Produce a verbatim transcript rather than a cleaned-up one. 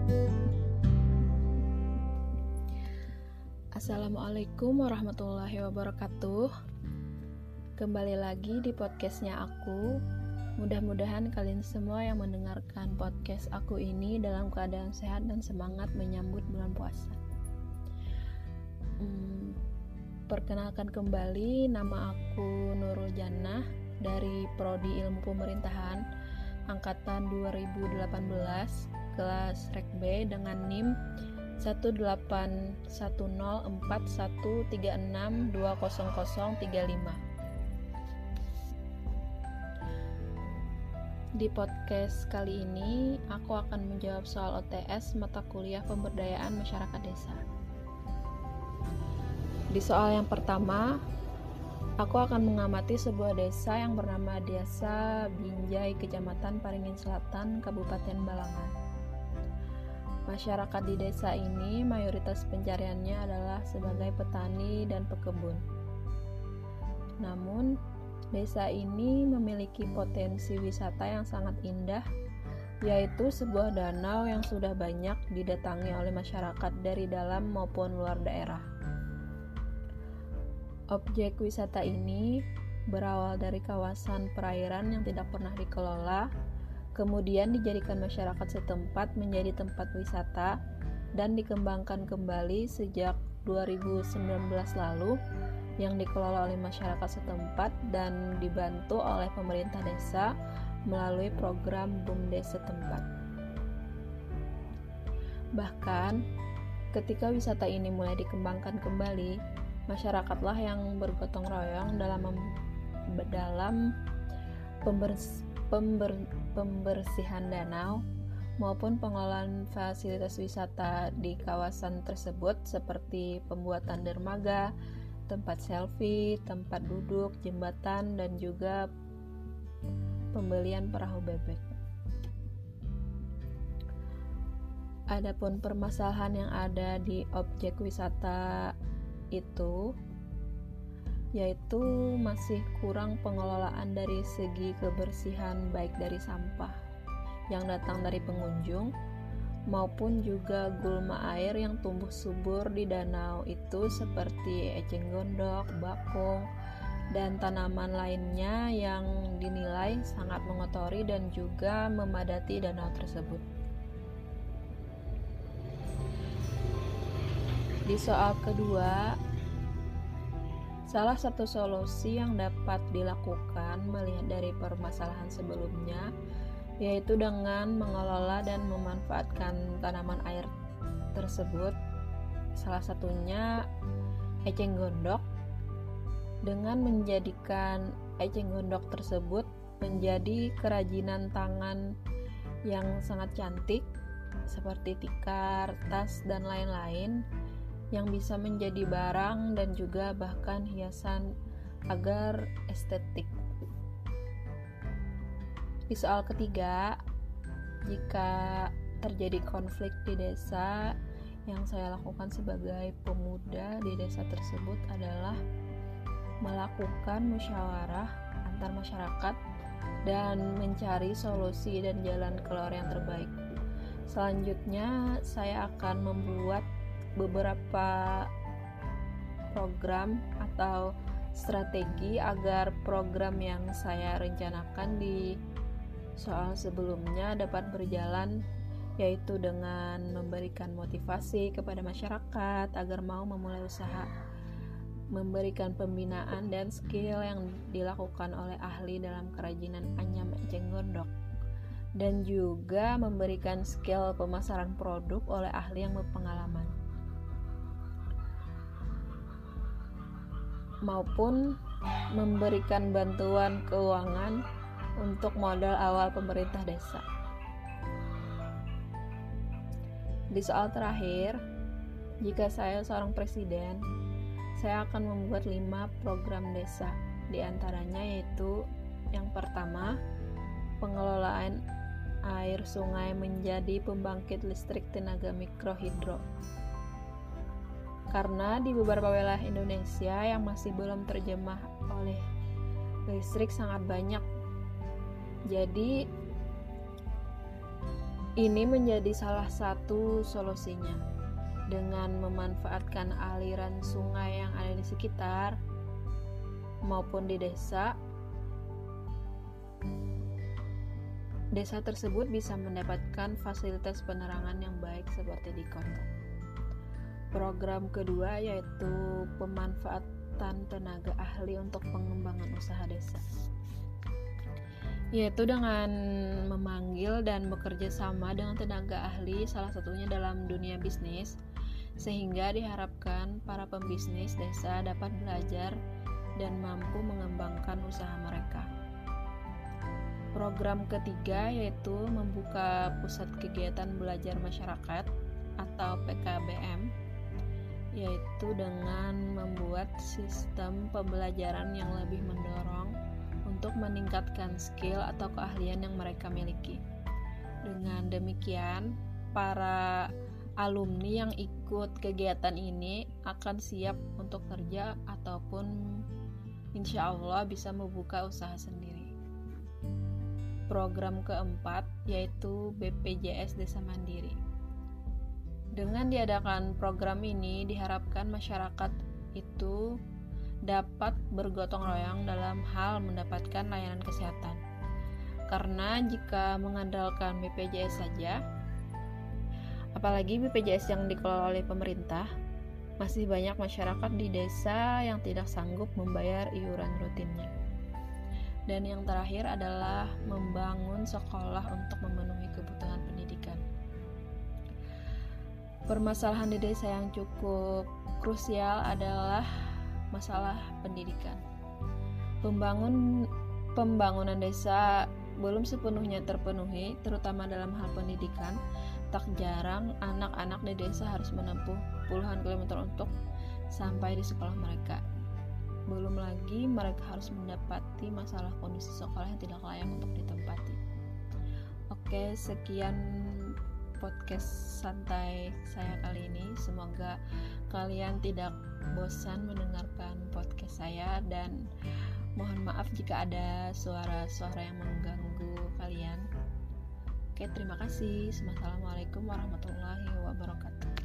Assalamualaikum warahmatullahi wabarakatuh. Kembali lagi di podcastnya aku. Mudah-mudahan kalian semua yang mendengarkan podcast aku ini dalam keadaan sehat dan semangat menyambut bulan puasa. hmm, Perkenalkan kembali, nama aku Nurul Jannah dari Prodi Ilmu Pemerintahan Angkatan dua ribu delapan belas, kelas Rek B dengan N I M satu delapan satu nol empat satu tiga enam dua nol nol tiga lima. Di podcast kali ini aku akan menjawab soal O T S mata kuliah pemberdayaan masyarakat desa. Di soal yang pertama, aku akan mengamati sebuah desa yang bernama Desa Binjai, Kecamatan Paringin Selatan, Kabupaten Balangan. Masyarakat di desa ini mayoritas pencariannya adalah sebagai petani dan pekebun. Namun, desa ini memiliki potensi wisata yang sangat indah, yaitu sebuah danau yang sudah banyak didatangi oleh masyarakat dari dalam maupun luar daerah. Objek wisata ini berawal dari kawasan perairan yang tidak pernah dikelola, kemudian dijadikan masyarakat setempat menjadi tempat wisata dan dikembangkan kembali sejak dua ribu sembilan belas lalu, yang dikelola oleh masyarakat setempat dan dibantu oleh pemerintah desa melalui program BUMDes setempat. Bahkan, ketika wisata ini mulai dikembangkan kembali, masyarakatlah yang bergotong royong dalam dalam pembers, pember, pembersihan danau maupun pengelolaan fasilitas wisata di kawasan tersebut seperti pembuatan dermaga, tempat selfie, tempat duduk, jembatan, dan juga pembelian perahu bebek. Adapun permasalahan yang ada di objek wisata itu yaitu masih kurang pengelolaan dari segi kebersihan, baik dari sampah yang datang dari pengunjung maupun juga gulma air yang tumbuh subur di danau itu seperti eceng gondok, bakung, dan tanaman lainnya yang dinilai sangat mengotori dan juga memadati danau tersebut. Di soal kedua, salah satu solusi yang dapat dilakukan melihat dari permasalahan sebelumnya yaitu dengan mengelola dan memanfaatkan tanaman air tersebut, salah satunya eceng gondok, dengan menjadikan eceng gondok tersebut menjadi kerajinan tangan yang sangat cantik seperti tikar, tas, dan lain-lain yang bisa menjadi barang dan juga bahkan hiasan agar estetik. Di soal ketiga, jika terjadi konflik di desa, yang saya lakukan sebagai pemuda di desa tersebut adalah melakukan musyawarah antar masyarakat dan mencari solusi dan jalan keluar yang terbaik. Selanjutnya, saya akan membuat beberapa program atau strategi agar program yang saya rencanakan di soal sebelumnya dapat berjalan, yaitu dengan memberikan motivasi kepada masyarakat agar mau memulai usaha, memberikan pembinaan dan skill yang dilakukan oleh ahli dalam kerajinan anyam eceng gondok, dan juga memberikan skill pemasaran produk oleh ahli yang berpengalaman, maupun memberikan bantuan keuangan untuk modal awal pemerintah desa. Di soal terakhir, jika saya seorang presiden, saya akan membuat lima program desa. Di antaranya yaitu yang pertama, pengelolaan air sungai menjadi pembangkit listrik tenaga mikrohidro. Karena di beberapa wilayah Indonesia yang masih belum terjemah oleh listrik sangat banyak. Jadi Ini menjadi salah satu solusinya. Dengan memanfaatkan aliran sungai yang ada di sekitar maupun di desa, desa tersebut bisa mendapatkan fasilitas penerangan yang baik seperti di kota. Program kedua yaitu pemanfaatan tenaga ahli untuk pengembangan usaha desa, yaitu dengan memanggil dan bekerja sama dengan tenaga ahli, salah satunya dalam dunia bisnis, sehingga diharapkan para pembisnis desa dapat belajar dan mampu mengembangkan usaha mereka. Program ketiga yaitu membuka pusat kegiatan belajar masyarakat atau P K B M, yaitu dengan membuat sistem pembelajaran yang lebih mendorong untuk meningkatkan skill atau keahlian yang mereka miliki. Dengan demikian, para alumni yang ikut kegiatan ini akan siap untuk kerja ataupun insya Allah bisa membuka usaha sendiri. Program keempat yaitu B P J S Desa Mandiri. Dengan diadakan program ini diharapkan masyarakat itu dapat bergotong royong dalam hal mendapatkan layanan kesehatan. Karena jika mengandalkan B P J S saja, apalagi B P J S yang dikelola oleh pemerintah, masih banyak masyarakat di desa yang tidak sanggup membayar iuran rutinnya. Dan yang terakhir adalah membangun sekolah untuk memenuhi kebutuhan pendidikan. Permasalahan di desa yang cukup krusial adalah masalah pendidikan. Pembangun pembangunan desa belum sepenuhnya terpenuhi, terutama dalam hal pendidikan. Tak jarang anak-anak di desa harus menempuh puluhan kilometer untuk sampai di sekolah mereka. Belum lagi mereka harus mendapati masalah kondisi sekolah yang tidak layak untuk ditempati. Oke, sekian podcast santai saya kali ini. Semoga kalian tidak bosan mendengarkan podcast saya, dan mohon maaf jika ada suara-suara yang mengganggu kalian. Oke, terima kasih. Assalamualaikum warahmatullahi wabarakatuh.